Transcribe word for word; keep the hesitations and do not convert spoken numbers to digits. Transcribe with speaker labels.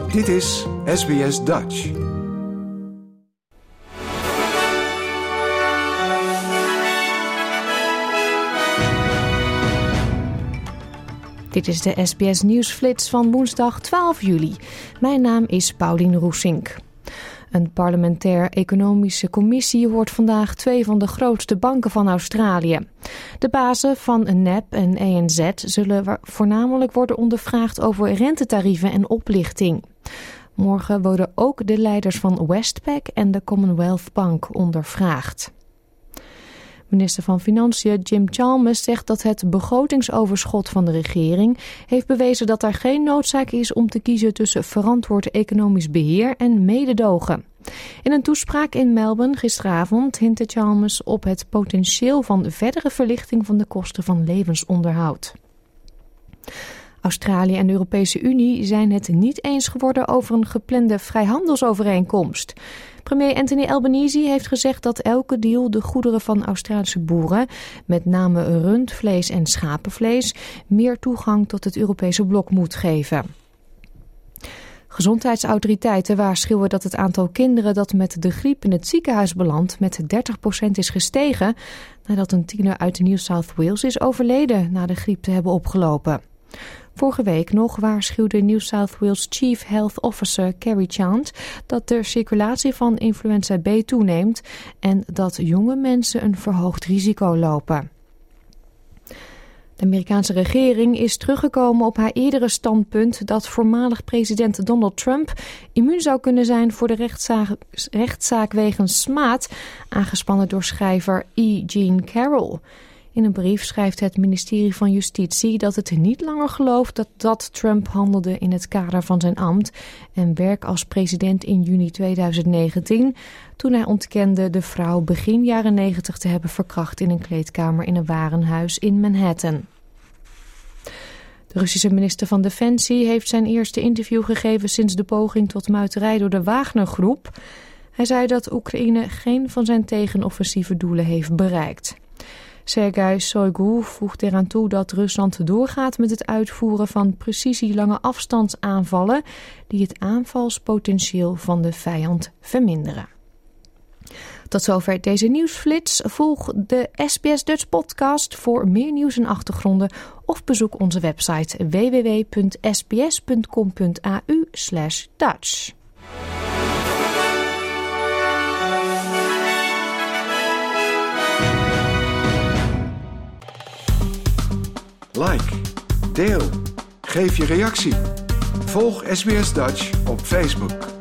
Speaker 1: Dit is S B S Dutch.
Speaker 2: Dit is de S B S Nieuwsflits van woensdag twaalf juli. Mijn naam is Paulien Roesink. Een parlementair-economische commissie hoort vandaag twee van de grootste banken van Australië. De bazen van N A B en A N Z zullen voornamelijk worden ondervraagd over rentetarieven en oplichting. Morgen worden ook de leiders van Westpac en de Commonwealth Bank ondervraagd. Minister van Financiën Jim Chalmers zegt dat het begrotingsoverschot van de regering heeft bewezen dat er geen noodzaak is om te kiezen tussen verantwoord economisch beheer en mededogen. In een toespraak in Melbourne gisteravond hintte Chalmers op het potentieel van verdere verlichting van de kosten van levensonderhoud. Australië en de Europese Unie zijn het niet eens geworden over een geplande vrijhandelsovereenkomst. Premier Anthony Albanese heeft gezegd dat elke deal de goederen van Australische boeren, met name rundvlees en schapenvlees, meer toegang tot het Europese blok moet geven. Gezondheidsautoriteiten waarschuwen dat het aantal kinderen dat met de griep in het ziekenhuis belandt met dertig procent is gestegen nadat een tiener uit New South Wales is overleden na de griep te hebben opgelopen. Vorige week nog waarschuwde New South Wales Chief Health Officer Kerry Chant dat de circulatie van influenza B toeneemt en dat jonge mensen een verhoogd risico lopen. De Amerikaanse regering is teruggekomen op haar eerdere standpunt dat voormalig president Donald Trump immuun zou kunnen zijn voor de rechtszaak, rechtszaak wegens smaad, aangespannen door schrijver E. Jean Carroll. In een brief schrijft het ministerie van Justitie dat het niet langer gelooft dat, dat Trump handelde in het kader van zijn ambt en werk als president in juni tweeduizend negentien, toen hij ontkende de vrouw begin jaren negentig te hebben verkracht in een kleedkamer in een warenhuis in Manhattan. De Russische minister van Defensie heeft zijn eerste interview gegeven sinds de poging tot muiterij door de Wagner-groep. Hij zei dat Oekraïne geen van zijn tegenoffensieve doelen heeft bereikt. Sergei Shoigu voegt eraan toe dat Rusland doorgaat met het uitvoeren van precisie lange afstandsaanvallen die het aanvalspotentieel van de vijand verminderen. Tot zover deze nieuwsflits. Volg de S B S Dutch podcast voor meer nieuws en achtergronden of bezoek onze website w w w punt s b s punt com punt a u slash Dutch.
Speaker 1: Like, deel, geef je reactie. Volg S B S Dutch op Facebook.